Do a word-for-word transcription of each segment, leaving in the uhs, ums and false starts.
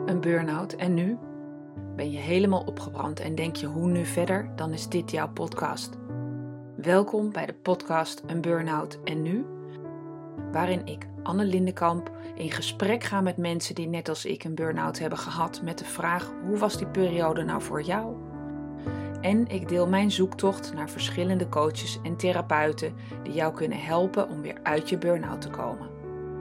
een burn-out en nu? Ben je helemaal opgebrand en denk je hoe nu verder? Dan is dit jouw podcast. Welkom bij de podcast Een Burn-out en nu? Waarin ik, Anne Lindenkamp, in gesprek ga met mensen die net als ik een burn-out hebben gehad met de vraag: hoe was die periode nou voor jou? En ik deel mijn zoektocht naar verschillende coaches en therapeuten die jou kunnen helpen om weer uit je burn-out te komen.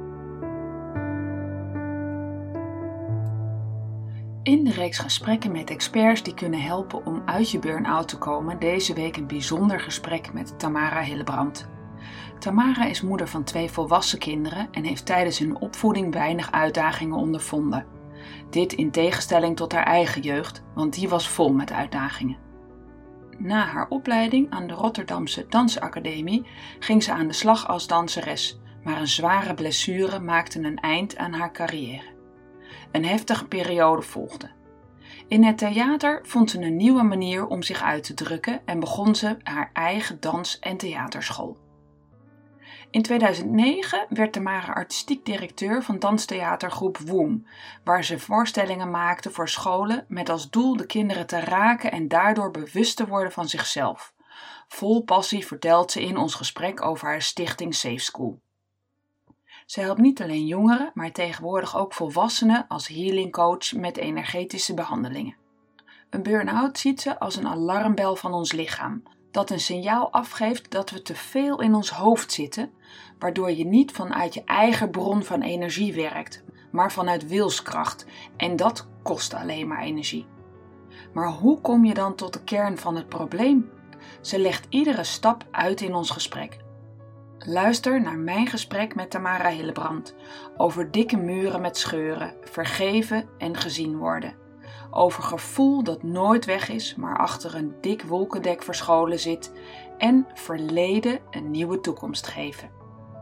In de reeks gesprekken met experts die kunnen helpen om uit je burn-out te komen, deze week een bijzonder gesprek met Tamara Hillebrand. Tamara is moeder van twee volwassen kinderen en heeft tijdens hun opvoeding weinig uitdagingen ondervonden. Dit in tegenstelling tot haar eigen jeugd, want die was vol met uitdagingen. Na haar opleiding aan de Rotterdamse Dansacademie ging ze aan de slag als danseres, maar een zware blessure maakte een eind aan haar carrière. Een heftige periode volgde. In het theater vond ze een nieuwe manier om zich uit te drukken en begon ze haar eigen dans- en theaterschool. In tweeduizend negen werd Tamara artistiek directeur van danstheatergroep Woem, waar ze voorstellingen maakte voor scholen met als doel de kinderen te raken en daardoor bewust te worden van zichzelf. Vol passie vertelt ze in ons gesprek over haar stichting Safe School. Ze helpt niet alleen jongeren, maar tegenwoordig ook volwassenen als healing coach met energetische behandelingen. Een burn-out ziet ze als een alarmbel van ons lichaam, dat een signaal afgeeft dat we te veel in ons hoofd zitten, waardoor je niet vanuit je eigen bron van energie werkt, maar vanuit wilskracht, en dat kost alleen maar energie. Maar hoe kom je dan tot de kern van het probleem? Ze legt iedere stap uit in ons gesprek. Luister naar mijn gesprek met Tamara Hillebrand over dikke muren met scheuren, vergeven en gezien worden. Over gevoel dat nooit weg is, maar achter een dik wolkendek verscholen zit en verleden een nieuwe toekomst geven.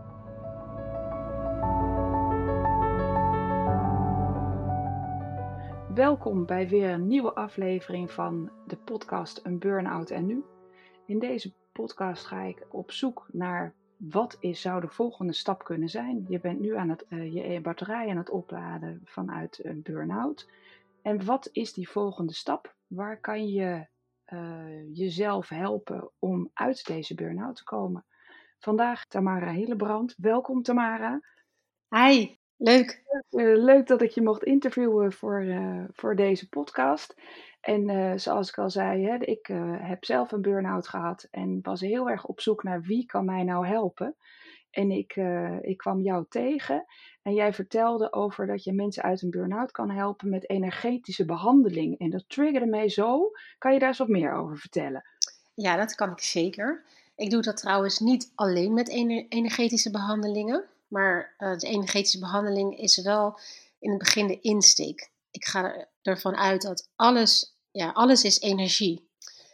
Welkom bij weer een nieuwe aflevering van de podcast Een Burn-out en nu. In deze podcast ga ik op zoek naar wat is, zou de volgende stap kunnen zijn. Je bent nu aan het, uh, je batterij aan het opladen vanuit een burn-out. En wat is die volgende stap? Waar kan je uh, jezelf helpen om uit deze burn-out te komen? Vandaag Tamara Hillebrand. Welkom Tamara. Hi, leuk. Uh, leuk dat ik je mocht interviewen voor, uh, voor deze podcast. En uh, zoals ik al zei, hè, ik uh, heb zelf een burn-out gehad en was heel erg op zoek naar wie kan mij nou helpen. En ik, uh, ik kwam jou tegen en jij vertelde over dat je mensen uit een burn-out kan helpen met energetische behandeling. En dat triggerde mij zo. Kan je daar eens wat meer over vertellen? Ja, dat kan ik zeker. Ik doe dat trouwens niet alleen met ener- energetische behandelingen. Maar uh, de energetische behandeling is wel in het begin de insteek. Ik ga er, ervan uit dat alles, ja, alles is energie.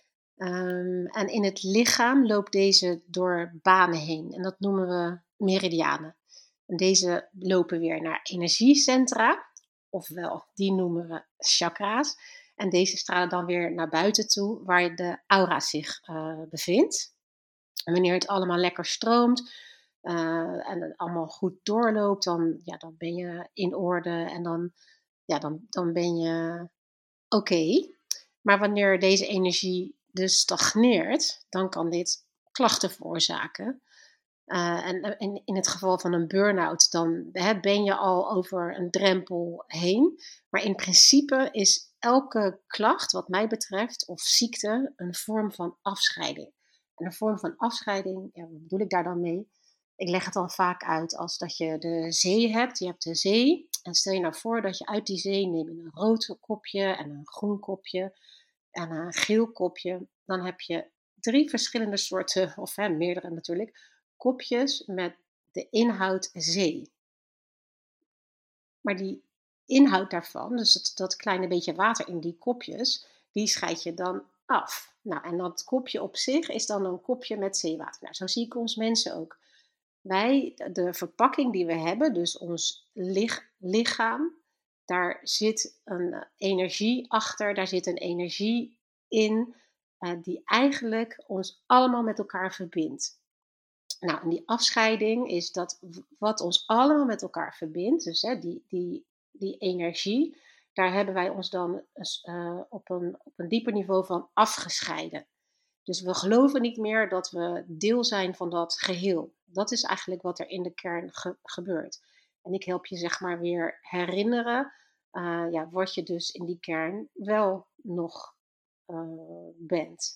Um, en in het lichaam loopt deze door banen heen. En dat noemen we meridianen. En deze lopen weer naar energiecentra. Ofwel, die noemen we chakra's. En deze stralen dan weer naar buiten toe, waar de aura zich uh, bevindt. En wanneer het allemaal lekker stroomt uh, en het allemaal goed doorloopt, dan, ja, dan ben je in orde en dan, ja, dan, dan ben je oké. Okay. Maar wanneer deze energie dus stagneert, dan kan dit klachten veroorzaken. Uh, en, en in het geval van een burn-out, dan hè, ben je al over een drempel heen. Maar in principe is elke klacht, wat mij betreft, of ziekte, een vorm van afscheiding. En een vorm van afscheiding, ja, wat bedoel ik daar dan mee? Ik leg het dan vaak uit als dat je de zee hebt. Je hebt de zee. En stel je nou voor dat je uit die zee neemt een rood kopje en een groen kopje en een geel kopje. Dan heb je drie verschillende soorten, of hè, meerdere natuurlijk, kopjes met de inhoud zee. Maar die inhoud daarvan, dus dat, dat kleine beetje water in die kopjes, die scheid je dan af. Nou, en dat kopje op zich is dan een kopje met zeewater. Nou, zo zie ik ons mensen ook. Wij, de verpakking die we hebben, dus ons lich, lichaam, daar zit een energie achter, daar zit een energie in uh, die eigenlijk ons allemaal met elkaar verbindt. Nou, en die afscheiding is dat wat ons allemaal met elkaar verbindt, dus hè, die, die, die energie, daar hebben wij ons dan uh, op, een, op een dieper niveau van afgescheiden. Dus we geloven niet meer dat we deel zijn van dat geheel. Dat is eigenlijk wat er in de kern ge- gebeurt. En ik help je zeg maar weer herinneren uh, ja, wat je dus in die kern wel nog uh, bent.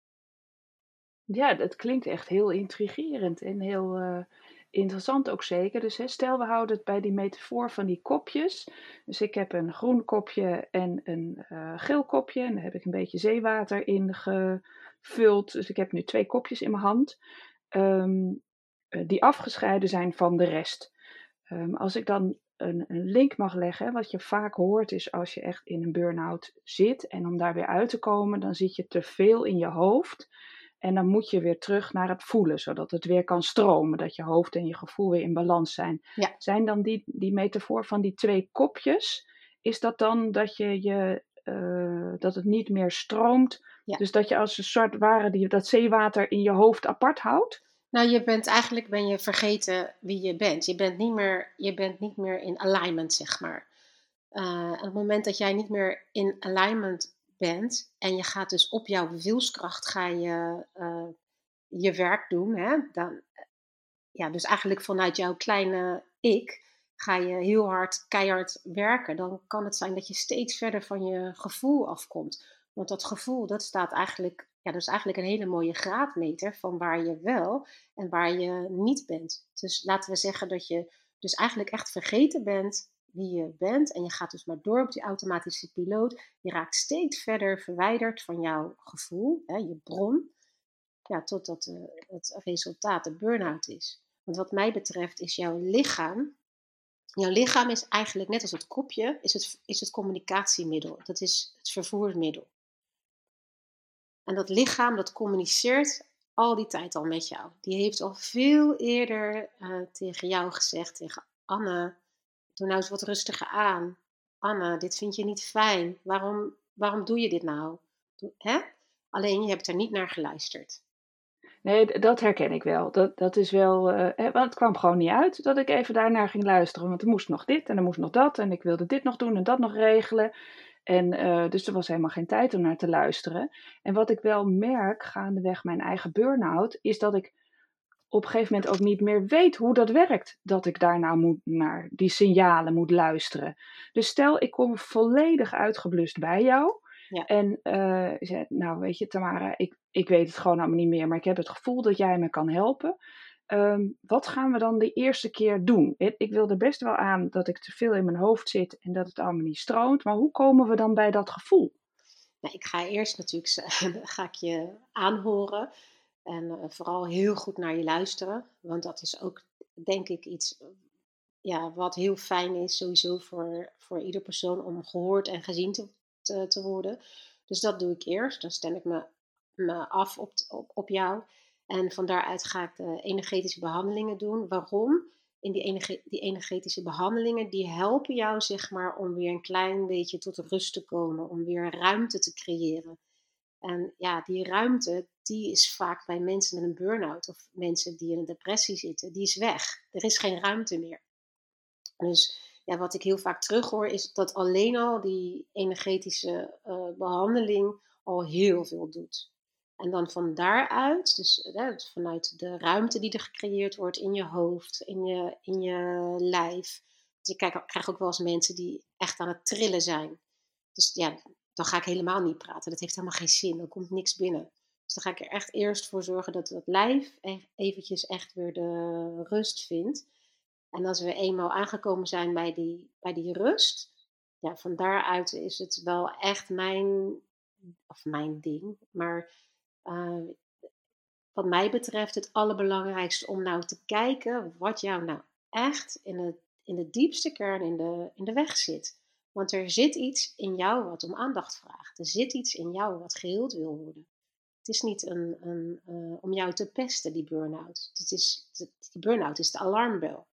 Ja, dat klinkt echt heel intrigerend en heel uh, interessant ook zeker. Dus hè, stel we houden het bij die metafoor van die kopjes. Dus ik heb een groen kopje en een uh, geel kopje. En daar heb ik een beetje zeewater in gevuld. Dus ik heb nu twee kopjes in mijn hand. Um, uh, die afgescheiden zijn van de rest. Um, als ik dan een, een link mag leggen, wat je vaak hoort is als je echt in een burn-out zit. En om daar weer uit te komen, dan zit je te veel in je hoofd. En dan moet je weer terug naar het voelen, zodat het weer kan stromen. Dat je hoofd en je gevoel weer in balans zijn. Ja. Zijn dan die, die metafoor van die twee kopjes, is dat dan dat, je, je, uh, dat het niet meer stroomt? Ja. Dus dat je als een soort ware die, dat zeewater in je hoofd apart houdt? Nou, je bent eigenlijk ben je vergeten wie je bent. Je bent niet meer, je bent niet meer in alignment, zeg maar. Uh, op het moment dat jij niet meer in alignment bent en je gaat dus op jouw wilskracht ga je uh, je werk doen, hè, dan, ja, dus eigenlijk vanuit jouw kleine ik ga je heel hard, keihard werken. Dan kan het zijn dat je steeds verder van je gevoel afkomt. Want dat gevoel, dat staat eigenlijk, ja, dat is eigenlijk een hele mooie graadmeter van waar je wel en waar je niet bent. Dus laten we zeggen dat je dus eigenlijk echt vergeten bent wie je bent. En je gaat dus maar door op die automatische piloot. Je raakt steeds verder verwijderd van jouw gevoel, hè, je bron. Ja, totdat uh, het resultaat de burn-out is. Want wat mij betreft is jouw lichaam... Jouw lichaam is eigenlijk, net als het kopje, is het, is het communicatiemiddel. Dat is het vervoermiddel. En dat lichaam, dat communiceert al die tijd al met jou. Die heeft al veel eerder uh, tegen jou gezegd, tegen Anne, doe nou eens wat rustiger aan. Anne, dit vind je niet fijn. Waarom, waarom doe je dit nou? Hè? Alleen, je hebt er niet naar geluisterd. Nee, dat herken ik wel. Dat, dat is wel, uh, want het kwam gewoon niet uit dat ik even daarnaar ging luisteren. Want er moest nog dit en er moest nog dat en ik wilde dit nog doen en dat nog regelen. En uh, dus er was helemaal geen tijd om naar te luisteren. En wat ik wel merk, gaandeweg mijn eigen burn-out, is dat ik op een gegeven moment ook niet meer weet hoe dat werkt. Dat ik daar nou moet, naar die signalen moet luisteren. Dus stel, ik kom volledig uitgeblust bij jou. Ja. En uh, zei, nou weet je Tamara, ik, ik weet het gewoon allemaal niet meer, maar ik heb het gevoel dat jij me kan helpen. Um, wat gaan we dan de eerste keer doen? Ik, ik wil er best wel aan dat ik te veel in mijn hoofd zit en dat het allemaal niet stroomt, maar hoe komen we dan bij dat gevoel? Nou, ik ga eerst natuurlijk ga ik je aanhoren en uh, vooral heel goed naar je luisteren, want dat is ook denk ik iets ja, wat heel fijn is sowieso voor, voor ieder persoon om gehoord en gezien te Te, te worden. Dus dat doe ik eerst. Dan stem ik me, me af op, op, op jou. En van daaruit ga ik de energetische behandelingen doen. Waarom? In die, energe, die energetische behandelingen, die helpen jou zeg maar om weer een klein beetje tot rust te komen. Om weer ruimte te creëren. En ja, die ruimte, die is vaak bij mensen met een burn-out of mensen die in een depressie zitten, die is weg. Er is geen ruimte meer. Dus ja, wat ik heel vaak terughoor is dat alleen al die energetische uh, behandeling al heel veel doet. En dan van daaruit, dus uh, vanuit de ruimte die er gecreëerd wordt in je hoofd, in je, in je lijf. Dus ik kijk, krijg ook wel eens mensen die echt aan het trillen zijn. Dus ja, dan ga ik helemaal niet praten. Dat heeft helemaal geen zin, er komt niks binnen. Dus dan ga ik er echt eerst voor zorgen dat dat lijf eventjes echt weer de rust vindt. En als we eenmaal aangekomen zijn bij die, bij die rust, ja, van daaruit is het wel echt mijn, of mijn ding, maar uh, wat mij betreft het allerbelangrijkste om nou te kijken wat jou nou echt in, het, in de diepste kern in de, in de weg zit. Want er zit iets in jou wat om aandacht vraagt. Er zit iets in jou wat geheeld wil worden. Het is niet een, een, uh, om jou te pesten, die burn-out. Het is, die burn-out is de alarmbel.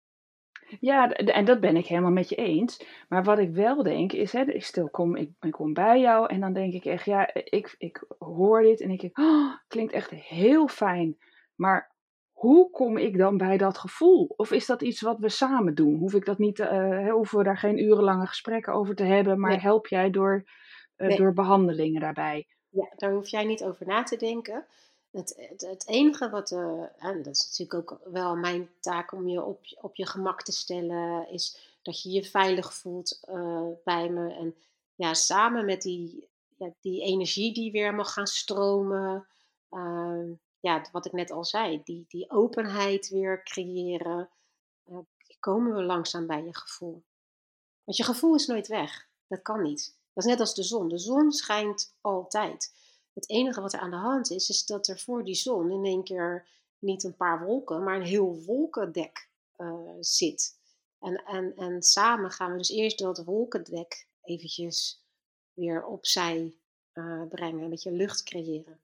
Ja, en dat ben ik helemaal met je eens. Maar wat ik wel denk is, hè, ik, stil, kom, ik, ik kom bij jou en dan denk ik echt, ja, ik, ik hoor dit en ik denk, oh, klinkt echt heel fijn. Maar hoe kom ik dan bij dat gevoel? Of is dat iets wat we samen doen? Hoef ik dat niet, uh, hoeven we daar geen urenlange gesprekken over te hebben, maar Nee, help jij door, uh, nee. door behandelingen daarbij? Ja, daar hoef jij niet over na te denken. Het, het, het enige wat, uh, en dat is natuurlijk ook wel mijn taak om je op, op je gemak te stellen, is dat je je veilig voelt uh, bij me. En ja, samen met die, ja, die energie die weer mag gaan stromen, uh, ja, wat ik net al zei, die, die openheid weer creëren, uh, komen we langzaam bij je gevoel. Want je gevoel is nooit weg. Dat kan niet. Dat is net als de zon. De zon schijnt altijd. Het enige wat er aan de hand is, is dat er voor die zon in één keer niet een paar wolken, maar een heel wolkendek uh, zit. En, en, en samen gaan we dus eerst dat wolkendek eventjes weer opzij uh, brengen. Een beetje lucht creëren.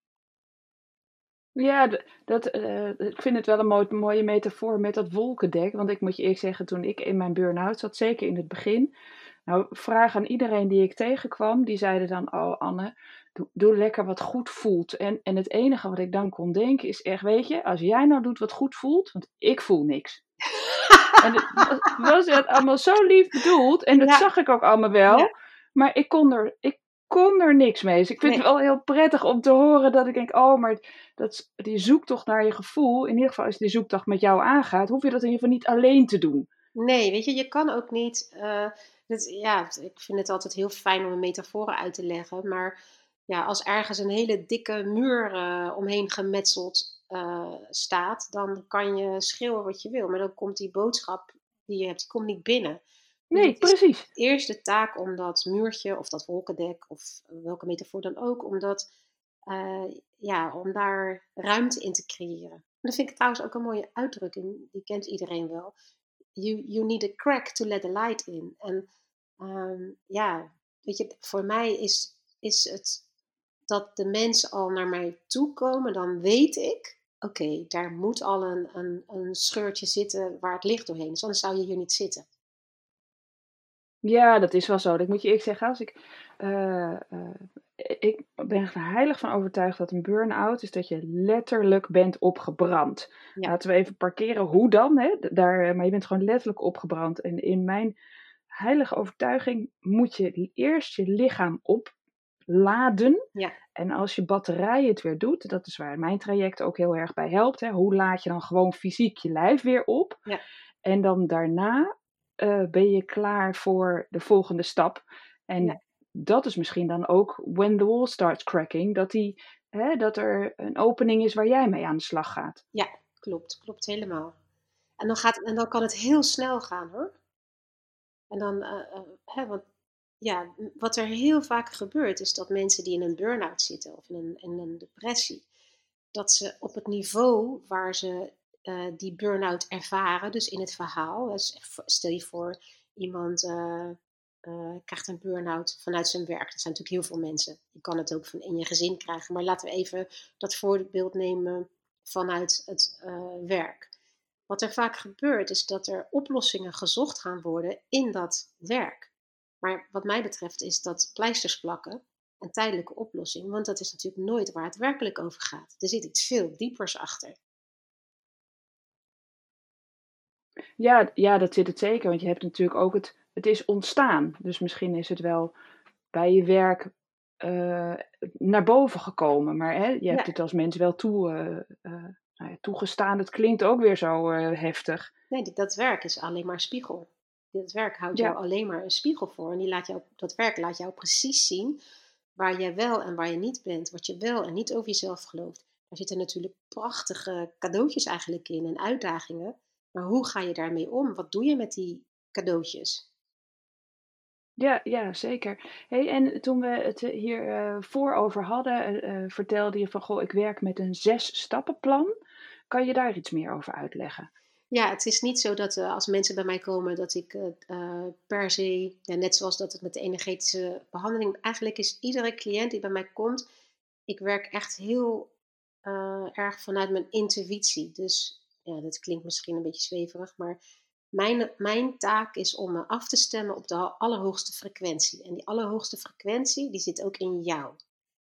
Ja, d- dat, uh, ik vind het wel een mooi, mooie metafoor met dat wolkendek. Want ik moet je eerlijk zeggen, toen ik in mijn burn-out zat, zeker in het begin. Nou, vraag aan iedereen die ik tegenkwam, die zeiden dan, oh Anne, doe, doe lekker wat goed voelt. En, en het enige wat ik dan kon denken is echt, weet je, als jij nou doet wat goed voelt, want ik voel niks. En het was, was het allemaal zo lief bedoeld. En dat Ja, zag ik ook allemaal wel. ja, Maar ik kon er, ik kon er niks mee. Dus ik vind nee. het wel heel prettig om te horen dat ik denk, oh, maar dat, die zoektocht naar je gevoel, in ieder geval als die zoektocht met jou aangaat, hoef je dat in ieder geval niet alleen te doen. Nee, weet je, je kan ook niet. Uh, dit, ja, ik vind het altijd heel fijn om een metaforen uit te leggen. Maar ja, als ergens een hele dikke muur uh, omheen gemetseld uh, staat, dan kan je schreeuwen wat je wil. Maar dan komt die boodschap die je hebt, die komt niet binnen. Dus Nee, het is precies. eerst de taak om dat muurtje of dat wolkendek of welke metafoor dan ook, om, dat, uh, ja, om daar ruimte in te creëren. En dat vind ik trouwens ook een mooie uitdrukking, die kent iedereen wel. You, you need a crack to let the light in. En um, ja, weet je, voor mij is, is het dat de mensen al naar mij toe komen, dan weet ik, oké, okay, daar moet al een, een, een scheurtje zitten waar het licht doorheen is, anders zou je hier niet zitten. Ja, dat is wel zo. Dat moet je eerlijk zeggen. Als ik, uh, uh, ik ben er heilig van overtuigd dat een burn-out is dat je letterlijk bent opgebrand. Ja. Laten we even parkeren. Hoe dan? Hè? Daar, maar je bent gewoon letterlijk opgebrand. En in mijn heilige overtuiging moet je eerst je lichaam opladen. Ja. En als je batterij het weer doet, dat is waar mijn traject ook heel erg bij helpt. Hè? Hoe laad je dan gewoon fysiek je lijf weer op? Ja. En dan daarna uh, ben je klaar voor de volgende stap. En ja. dat is misschien dan ook when the wall starts cracking, dat, die, hè, dat er een opening is waar jij mee aan de slag gaat. Ja, klopt. Klopt helemaal. En dan, gaat, en dan kan het heel snel gaan hoor. En dan, uh, uh, hè, want ja, wat er heel vaak gebeurt is dat mensen die in een burn-out zitten of in een, in een depressie, dat ze op het niveau waar ze uh, die burn-out ervaren, dus in het verhaal, dus stel je voor iemand uh, uh, krijgt een burn-out vanuit zijn werk. Dat zijn natuurlijk heel veel mensen. Je kan het ook van in je gezin krijgen, maar laten we even dat voorbeeld nemen vanuit het uh, werk. Wat er vaak gebeurt is dat er oplossingen gezocht gaan worden in dat werk. Maar wat mij betreft is dat pleisters plakken een tijdelijke oplossing. Want dat is natuurlijk nooit waar het werkelijk over gaat. Er zit iets veel diepers achter. Ja, ja, dat zit het zeker. Want je hebt natuurlijk ook het, het is ontstaan. Dus misschien is het wel bij je werk uh, naar boven gekomen. Maar hè, je hebt Ja. het als mens wel toe, uh, uh, nou ja, toegestaan. Het klinkt ook weer zo uh, heftig. Nee, dat werk is alleen maar spiegel. Dat werk houdt Ja. jou alleen maar een spiegel voor. En die laat jou, dat werk laat jou precies zien waar jij wel en waar je niet bent. Wat je wel en niet over jezelf gelooft. Daar zitten natuurlijk prachtige cadeautjes eigenlijk in en uitdagingen. Maar hoe ga je daarmee om? Wat doe je met die cadeautjes? Ja, ja, zeker. Hey, en toen we het hier uh, voor over hadden, uh, vertelde je van, goh, ik werk met een zes-stappenplan. Kan je daar iets meer over uitleggen? Ja, het is niet zo dat uh, als mensen bij mij komen dat ik uh, uh, per se, ja, net zoals dat het met de energetische behandeling, eigenlijk is iedere cliënt die bij mij komt, ik werk echt heel uh, erg vanuit mijn intuïtie. Dus ja, dat klinkt misschien een beetje zweverig, maar mijn, mijn taak is om me af te stemmen op de allerhoogste frequentie. En die allerhoogste frequentie, die zit ook in jou.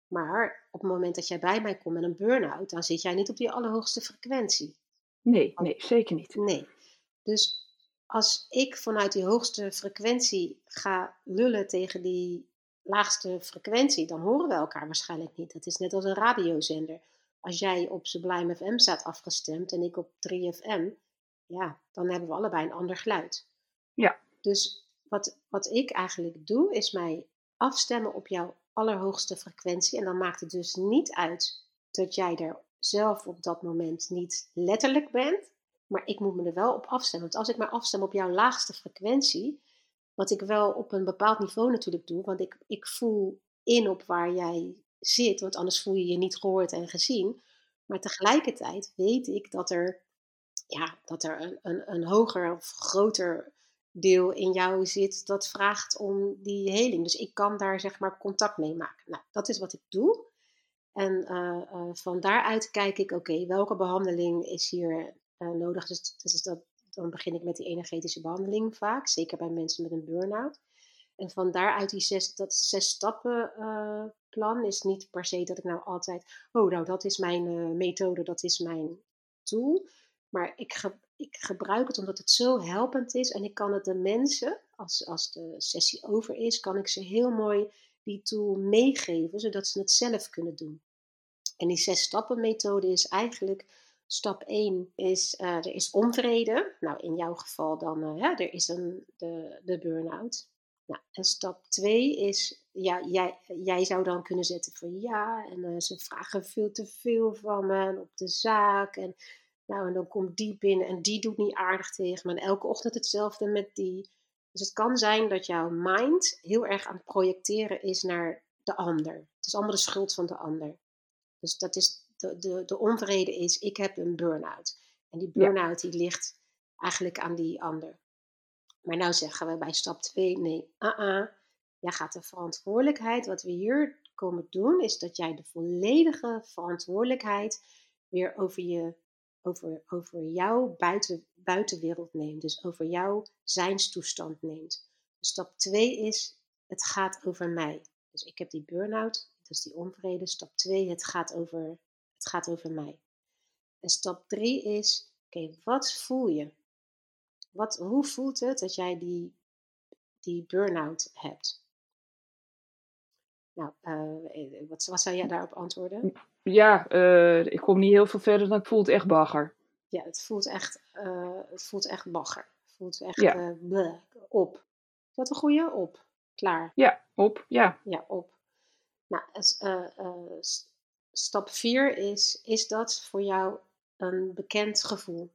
Maar op het moment dat jij bij mij komt met een burn-out, dan zit jij niet op die allerhoogste frequentie. Nee, nee, zeker niet. Nee. Dus als ik vanuit die hoogste frequentie ga lullen tegen die laagste frequentie, dan horen we elkaar waarschijnlijk niet. Het is net als een radiozender. Als jij op Sublime F M staat afgestemd en ik op drie F M, ja, dan hebben we allebei een ander geluid. Ja. Dus wat, wat ik eigenlijk doe, is mij afstemmen op jouw allerhoogste frequentie. En dan maakt het dus niet uit dat jij er zelf op dat moment niet letterlijk bent. Maar ik moet me er wel op afstemmen. Want als ik me afstem op jouw laagste frequentie, wat ik wel op een bepaald niveau natuurlijk doe, want ik, ik voel in op waar jij zit, want anders voel je je niet gehoord en gezien. Maar tegelijkertijd weet ik dat er, ja, dat er een, een, een hoger of groter deel in jou zit dat vraagt om die heling. Dus ik kan daar zeg maar contact mee maken. Nou, dat is wat ik doe. En uh, uh, van daaruit kijk ik, oké, okay, welke behandeling is hier uh, nodig? Dus, dus dat, dan begin ik met die energetische behandeling vaak, zeker bij mensen met een burn-out. En van daaruit die zes, dat zes stappen uh, plan is niet per se dat ik nou altijd, oh nou dat is mijn uh, methode, dat is mijn tool. Maar ik, ge, ik gebruik het omdat het zo helpend is en ik kan het de mensen, als, als de sessie over is, kan ik ze heel mooi die tool meegeven, zodat ze het zelf kunnen doen. En die zes stappen methode is eigenlijk, stap één is, uh, er is onvrede. Nou, in jouw geval dan, uh, ja, er is een, de, de burn-out. Nou, en stap twee is, ja, jij, jij zou dan kunnen zetten van ja, en uh, ze vragen veel te veel van me en op de zaak. En, nou, en dan komt die binnen en die doet niet aardig tegen me. En elke ochtend hetzelfde met die. Dus het kan zijn dat jouw mind heel erg aan het projecteren is naar de ander. Het is allemaal de schuld van de ander. Dus dat is de, de, de onvrede is, ik heb een burn-out. En die burn-out die ligt eigenlijk aan die ander. Maar nou zeggen we bij stap twee, nee, uh-uh. Jij gaat de verantwoordelijkheid, wat we hier komen doen, is dat jij de volledige verantwoordelijkheid weer over, je, over, over jouw buiten, buitenwereld neemt. Dus over jouw zijnstoestand neemt. Dus stap twee is, het gaat over mij. Dus ik heb die burn-out, dus die onvrede. Stap twee, het gaat over, het gaat over mij. En stap drie is, oké, okay, wat voel je? Wat, hoe voelt het dat jij die, die burn-out hebt? Nou, uh, wat, wat zou jij daarop antwoorden? Ja, uh, ik kom niet heel veel verder dan ik voel het echt bagger. Ja, het voelt echt, uh, het voelt echt bagger. Het voelt echt ja. uh, bleh, op. Is dat een goeie? Op. Klaar. Ja, op. Ja. Ja, op. Nou, het, uh, uh, stap vier is, is dat voor jou een bekend gevoel?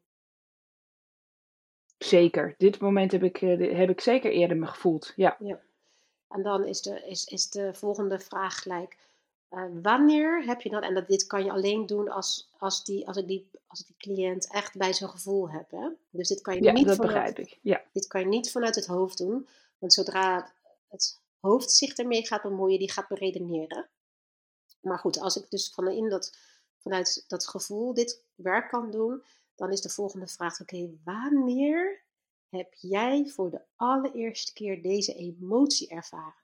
Zeker. Dit moment heb ik, uh, heb ik zeker eerder me gevoeld. Ja. Ja. En dan is de, is, is de volgende vraag gelijk. Uh, wanneer heb je dat? En dat, dit kan je alleen doen als, als, die, als, ik die, als ik die cliënt echt bij zijn gevoel heb. Hè? Dus dit kan je ja, niet dat vanuit, begrijp ik. Ja. Dit kan je niet vanuit het hoofd doen. Want zodra het hoofd zich ermee gaat bemoeien, die gaat beredeneren. Maar goed, als ik dus vanuit dat, vanuit dat gevoel dit werk kan doen, dan is de volgende vraag, oké, okay, wanneer heb jij voor de allereerste keer deze emotie ervaren?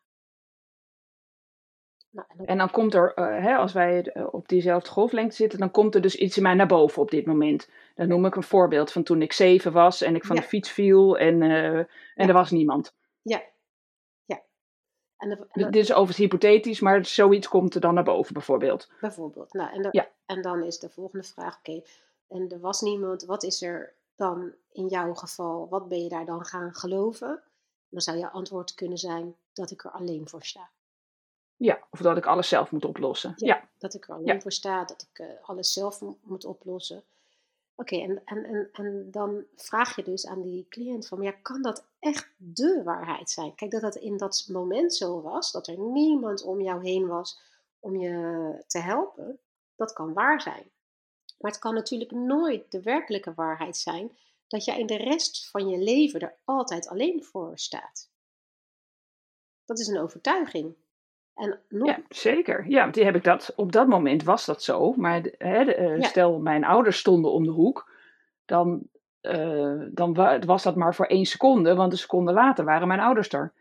Nou, en, dan... en dan komt er, uh, hè, als wij op diezelfde golflengte zitten, dan komt er dus iets in mij naar boven op dit moment. Dan noem ik een voorbeeld van toen ik zeven was en ik van ja. de fiets viel en, uh, en ja. er was niemand. Ja, ja. En de, en de... Dit is overigens hypothetisch, maar zoiets komt er dan naar boven bijvoorbeeld. Bijvoorbeeld. Nou, en, de, ja. en dan is de volgende vraag, oké, okay, en er was niemand, wat is er dan in jouw geval, wat ben je daar dan gaan geloven? Dan zou je antwoord kunnen zijn dat ik er alleen voor sta. Ja, of dat ik alles zelf moet oplossen. Ja, ja. Dat ik er alleen ja. voor sta, dat ik uh, alles zelf m- moet oplossen. Oké, okay, en, en, en, en dan vraag je dus aan die cliënt van, ja, kan dat echt de waarheid zijn? Kijk, dat dat in dat moment zo was, dat er niemand om jou heen was om je te helpen, dat kan waar zijn. Maar het kan natuurlijk nooit de werkelijke waarheid zijn dat jij in de rest van je leven er altijd alleen voor staat. Dat is een overtuiging. En nog... Ja, zeker. Ja, want die heb ik dat, op dat moment was dat zo. Maar hè, de, uh, ja. stel, mijn ouders stonden om de hoek, dan, uh, dan wa- was dat maar voor één seconde, want een seconde later waren mijn ouders er.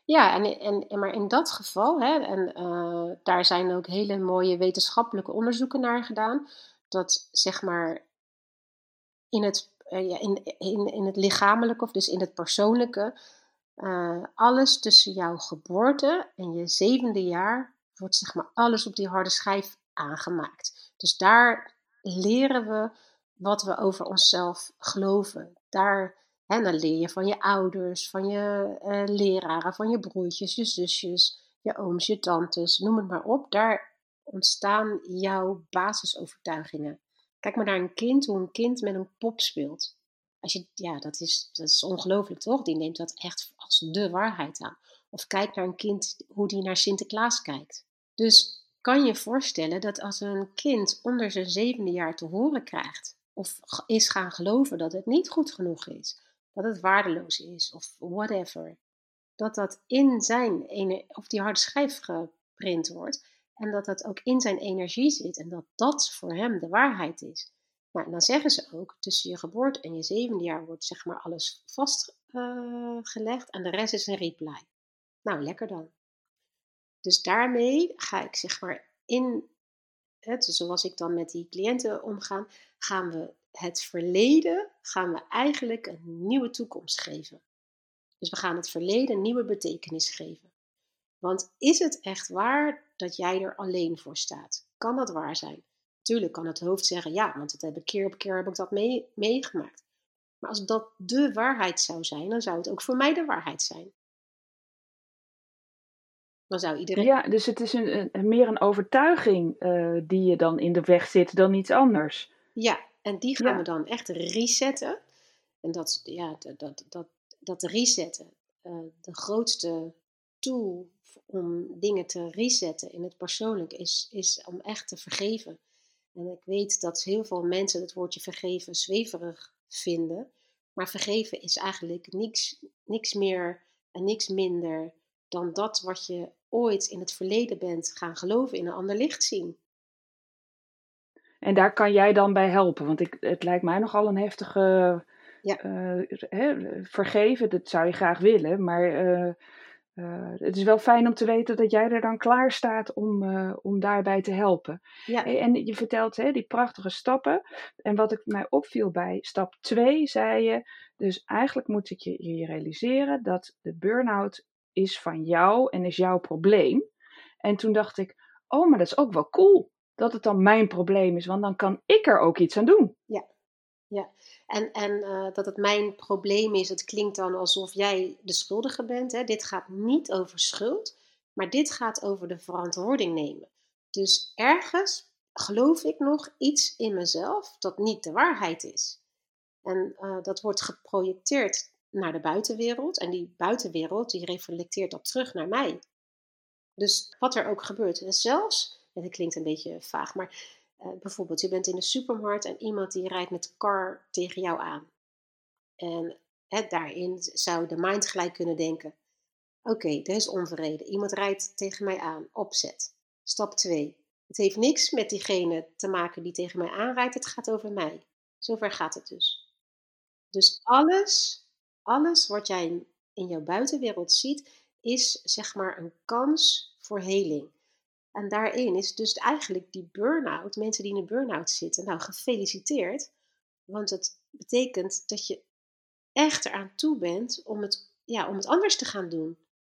Ja, en, en, en maar in dat geval, hè, en eh, daar zijn ook hele mooie wetenschappelijke onderzoeken naar gedaan, dat zeg maar in het, eh, ja, in, in, in het lichamelijke, of dus in het persoonlijke, eh, alles tussen jouw geboorte en je zevende jaar wordt zeg maar alles op die harde schijf aangemaakt. Dus daar leren we wat we over onszelf geloven. Daar, hè, dan leer je van je ouders, van je eh, leraren, van je broertjes, je zusjes, je ooms, je tantes, noem het maar op. Daar ontstaan jouw basisovertuigingen. Kijk maar naar een kind, hoe een kind met een pop speelt. Als je, ja, dat is, dat is ongelooflijk, toch? Die neemt dat echt als de waarheid aan. Of kijk naar een kind, hoe die naar Sinterklaas kijkt. Dus kan je voorstellen dat als een kind onder zijn zevende jaar te horen krijgt, of is gaan geloven dat het niet goed genoeg is, dat het waardeloos is, of whatever, dat dat in zijn, ene, of die harde schijf geprint wordt, en dat dat ook in zijn energie zit en dat dat voor hem de waarheid is. Nou, en dan zeggen ze ook, tussen je geboorte en je zevende jaar wordt zeg maar alles vastgelegd en de rest is een reply. Nou, lekker dan. Dus daarmee ga ik zeg maar in, het, zoals ik dan met die cliënten omga, gaan we het verleden, gaan we eigenlijk een nieuwe toekomst geven. Dus we gaan het verleden een nieuwe betekenis geven. Want is het echt waar dat jij er alleen voor staat? Kan dat waar zijn? Tuurlijk kan het hoofd zeggen, ja, want het heb ik keer op keer heb ik dat mee, meegemaakt. Maar als dat de waarheid zou zijn, dan zou het ook voor mij de waarheid zijn. Dan zou iedereen... Ja, dus het is een, een, meer een overtuiging uh, die je dan in de weg zit dan iets anders. Ja, en die gaan ja. we dan echt resetten. En dat, ja, dat, dat, dat, dat resetten, uh, de grootste tool om dingen te resetten in het persoonlijk is, is om echt te vergeven. En ik weet dat heel veel mensen het woordje vergeven zweverig vinden. Maar vergeven is eigenlijk niks, niks meer en niks minder dan dat wat je ooit in het verleden bent gaan geloven in een ander licht zien. En daar kan jij dan bij helpen? Want ik, het lijkt mij nogal een heftige ja. uh, hè, vergeven. Dat zou je graag willen. Maar uh, uh, het is wel fijn om te weten dat jij er dan klaar staat om, uh, om daarbij te helpen. Ja. Hey, en je vertelt hè, die prachtige stappen. En wat ik mij opviel bij stap twee, zei je... Dus eigenlijk moet ik je, je realiseren dat de burn-out is van jou en is jouw probleem. En toen dacht ik, oh, maar dat is ook wel cool. Dat het dan mijn probleem is, want dan kan ik er ook iets aan doen. Ja, ja. En, en uh, dat het mijn probleem is, het klinkt dan alsof jij de schuldige bent. Hè? Dit gaat niet over schuld, maar dit gaat over de verantwoording nemen. Dus ergens geloof ik nog iets in mezelf dat niet de waarheid is. En uh, dat wordt geprojecteerd naar de buitenwereld. En die buitenwereld, die reflecteert dat terug naar mij. Dus wat er ook gebeurt. En zelfs, ja, dat klinkt een beetje vaag, maar... Uh, bijvoorbeeld, je bent in de supermarkt en iemand die rijdt met de car tegen jou aan. En hè, daarin zou de mind gelijk kunnen denken. Oké, okay, er is onvrede. Iemand rijdt tegen mij aan. Opzet. Stap twee. Het heeft niks met diegene te maken die tegen mij aanrijdt. Het gaat over mij. Zover gaat het dus. Dus alles, alles wat jij in jouw buitenwereld ziet, is zeg maar een kans voor heling. En daarin is dus eigenlijk die burn-out, mensen die in een burn-out zitten, nou gefeliciteerd. Want het betekent dat je echt eraan toe bent om het, ja, om het anders te gaan doen.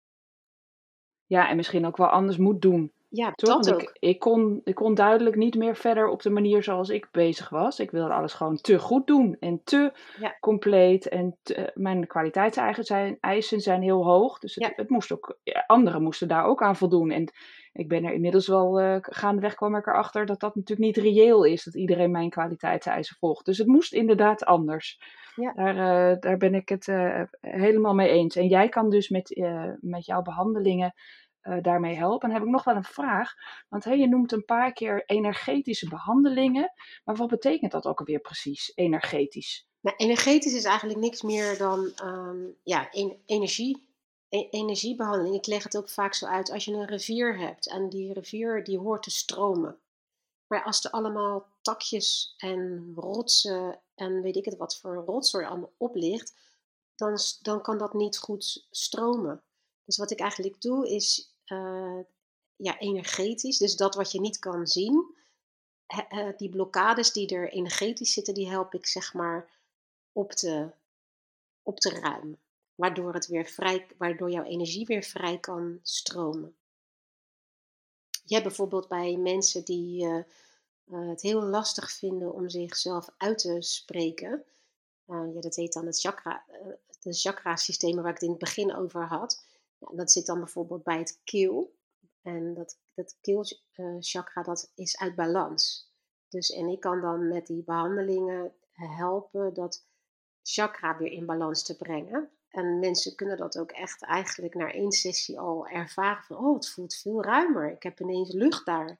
Ja, en misschien ook wel anders moet doen. Ja, toch? dat Want ook. Ik, ik, kon, ik kon duidelijk niet meer verder op de manier zoals ik bezig was. Ik wilde alles gewoon te goed doen en te ja. compleet. En te, mijn kwaliteitseisen zijn, eisen zijn heel hoog. Dus het, ja. het moest ook, ja, anderen moesten daar ook aan voldoen. En ik ben er inmiddels wel, uh, gaandeweg kwam ik erachter dat dat natuurlijk niet reëel is. Dat iedereen mijn kwaliteitseisen volgt. Dus het moest inderdaad anders. Ja. Daar, uh, daar ben ik het uh, helemaal mee eens. En jij kan dus met, uh, met jouw behandelingen uh, daarmee helpen. En dan heb ik nog wel een vraag. Want hey, je noemt een paar keer energetische behandelingen. Maar wat betekent dat ook alweer precies, energetisch? Nou, energetisch is eigenlijk niks meer dan um, ja, en, energie. E- energiebehandeling. Ik leg het ook vaak zo uit. Als je een rivier hebt en die rivier die hoort te stromen. Maar als er allemaal takjes en rotsen en weet ik het wat voor rotzooi allemaal op ligt, dan, dan kan dat niet goed stromen. Dus wat ik eigenlijk doe is uh, ja, energetisch, dus dat wat je niet kan zien, he, uh, die blokkades die er energetisch zitten, die help ik zeg maar op te, op te ruimen. Waardoor, het weer vrij, waardoor jouw energie weer vrij kan stromen. Je hebt bijvoorbeeld bij mensen die uh, uh, het heel lastig vinden om zichzelf uit te spreken. Uh, ja, dat heet dan het chakra, uh, de chakra-systemen waar ik het in het begin over had. Ja, dat zit dan bijvoorbeeld bij het keel. En dat, dat keelchakra dat is uit balans. Dus, en ik kan dan met die behandelingen helpen dat chakra weer in balans te brengen. En mensen kunnen dat ook echt eigenlijk na één sessie al ervaren van, oh, het voelt veel ruimer. Ik heb ineens lucht daar.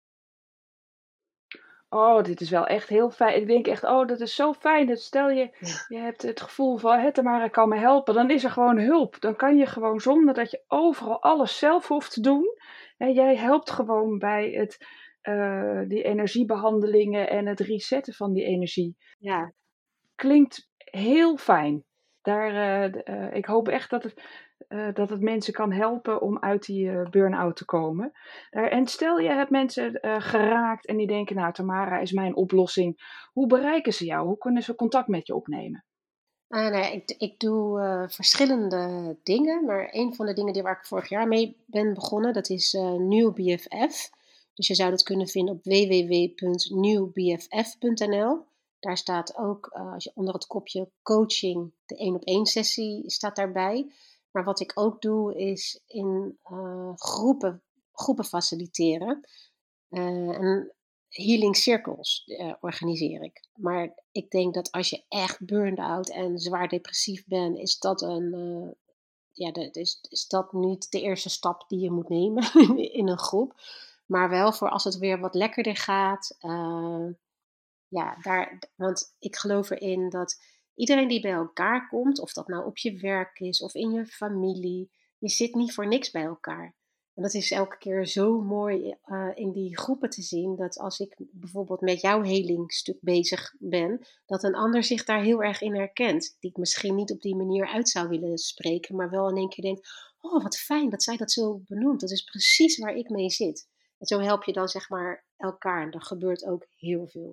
Oh, dit is wel echt heel fijn. Ik denk echt, oh, dat is zo fijn. Dat stel je, Ja. je hebt het gevoel van, hé, Tamara kan me helpen. Dan is er gewoon hulp. Dan kan je gewoon zonder dat je overal alles zelf hoeft te doen. En jij helpt gewoon bij het, uh, die energiebehandelingen en het resetten van die energie. Ja. Klinkt heel fijn. Daar, uh, uh, ik hoop echt dat het, uh, dat het mensen kan helpen om uit die uh, burn-out te komen. Daar, en stel je hebt mensen uh, geraakt en die denken, nou, Tamara is mijn oplossing. Hoe bereiken ze jou? Hoe kunnen ze contact met je opnemen? Uh, nee, ik, ik doe uh, verschillende dingen, maar een van de dingen die waar ik vorig jaar mee ben begonnen, dat is uh, New B F F. Dus je zou dat kunnen vinden op w w w punt new b f f punt n l. Daar staat ook, uh, als je onder het kopje coaching, de één op één sessie staat daarbij. Maar wat ik ook doe, is in uh, groepen, groepen faciliteren. Uh, en healing circles uh, organiseer ik. Maar ik denk dat als je echt burned-out en zwaar depressief bent, is dat een... Uh, ja, de, is, is dat niet de eerste stap die je moet nemen in een groep. Maar wel voor als het weer wat lekkerder gaat... Uh, Ja, daar, want ik geloof erin dat iedereen die bij elkaar komt, of dat nou op je werk is of in je familie, je zit niet voor niks bij elkaar. En dat is elke keer zo mooi uh, in die groepen te zien, dat als ik bijvoorbeeld met jouw helingstuk bezig ben, dat een ander zich daar heel erg in herkent. Die ik misschien niet op die manier uit zou willen spreken, maar wel in één keer denkt, oh wat fijn dat zij dat zo benoemt. Dat is precies waar ik mee zit. En zo help je dan zeg maar elkaar en er gebeurt ook heel veel.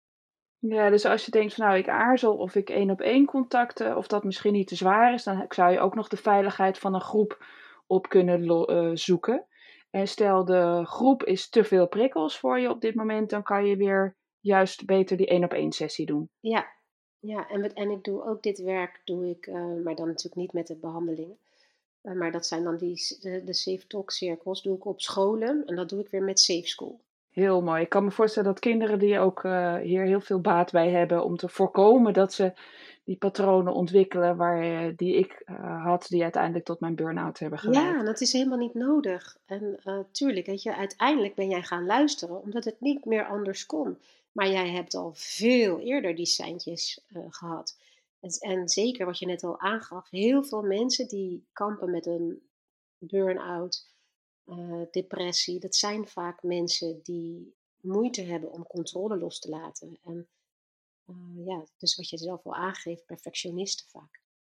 Ja, dus als je denkt van nou, ik aarzel of ik één op één contacten, of dat misschien niet te zwaar is, dan zou je ook nog de veiligheid van een groep op kunnen lo- uh, zoeken. En stel de groep is te veel prikkels voor je op dit moment, dan kan je weer juist beter die één op één sessie doen. Ja, ja en, met, en ik doe ook dit werk, doe ik, uh, maar dan natuurlijk niet met de behandelingen. Uh, maar dat zijn dan die, de, de Safe Talk cirkels, doe ik op scholen en dat doe ik weer met Safe School. Heel mooi. Ik kan me voorstellen dat kinderen die ook uh, hier heel veel baat bij hebben om te voorkomen dat ze die patronen ontwikkelen waar, uh, die ik uh, had, die uiteindelijk tot mijn burn-out hebben geleid. Ja, dat is helemaal niet nodig. En uh, tuurlijk, weet je, uiteindelijk ben jij gaan luisteren omdat het niet meer anders kon. Maar jij hebt al veel eerder die seintjes uh, gehad. En, en zeker wat je net al aangaf, heel veel mensen die kampen met een burn-out, Uh, depressie, dat zijn vaak mensen die moeite hebben om controle los te laten. En uh, ja, dus wat je zelf al aangeeft, perfectionisten vaak.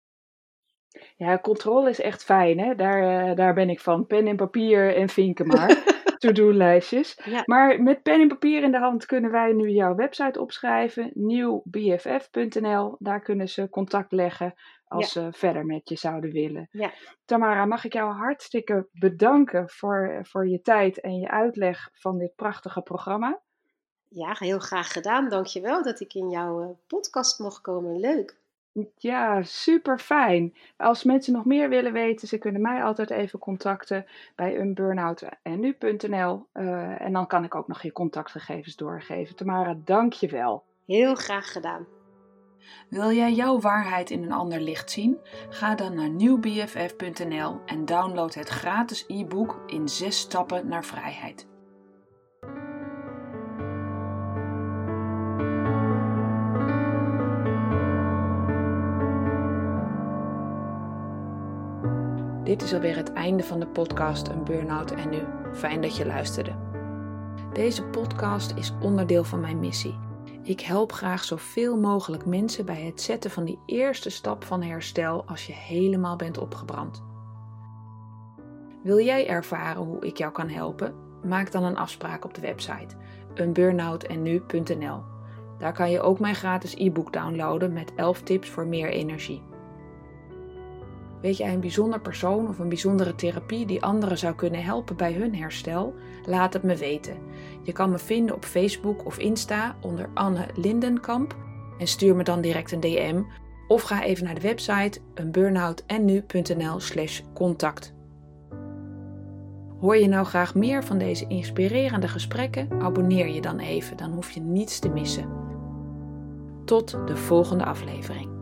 Ja, controle is echt fijn, hè? Daar, uh, daar ben ik van. Pen en papier en vinken maar. To-do-lijstjes. Ja. Maar met pen en papier in de hand kunnen wij nu jouw website opschrijven. new b f f punt n l. Daar kunnen ze contact leggen als ja. ze verder met je zouden willen. Ja. Tamara, mag ik jou hartstikke bedanken voor, voor je tijd en je uitleg van dit prachtige programma. Ja, heel graag gedaan. Dankjewel dat ik in jouw uh, podcast mocht komen. Leuk. Ja, super fijn. Als mensen nog meer willen weten, ze kunnen mij altijd even contacten bij unburnout n u punt n l. Uh, en dan kan ik ook nog je contactgegevens doorgeven. Tamara, dank je wel. Heel graag gedaan. Wil jij jouw waarheid in een ander licht zien? Ga dan naar new b f f punt n l en download het gratis e-book in zes stappen naar vrijheid. Dit is alweer het einde van de podcast Een Burn-out en Nu. Fijn dat je luisterde. Deze podcast is onderdeel van mijn missie. Ik help graag zoveel mogelijk mensen bij het zetten van die eerste stap van herstel als je helemaal bent opgebrand. Wil jij ervaren hoe ik jou kan helpen? Maak dan een afspraak op de website een burnout en nu punt n l. Daar kan je ook mijn gratis e-book downloaden met elf tips voor meer energie. Weet jij een bijzonder persoon of een bijzondere therapie die anderen zou kunnen helpen bij hun herstel? Laat het me weten. Je kan me vinden op Facebook of Insta onder Anne Lindenkamp en stuur me dan direct een D M of ga even naar de website een burnout en nu punt n l slash contact. Hoor je nou graag meer van deze inspirerende gesprekken? Abonneer je dan even, dan hoef je niets te missen. Tot de volgende aflevering.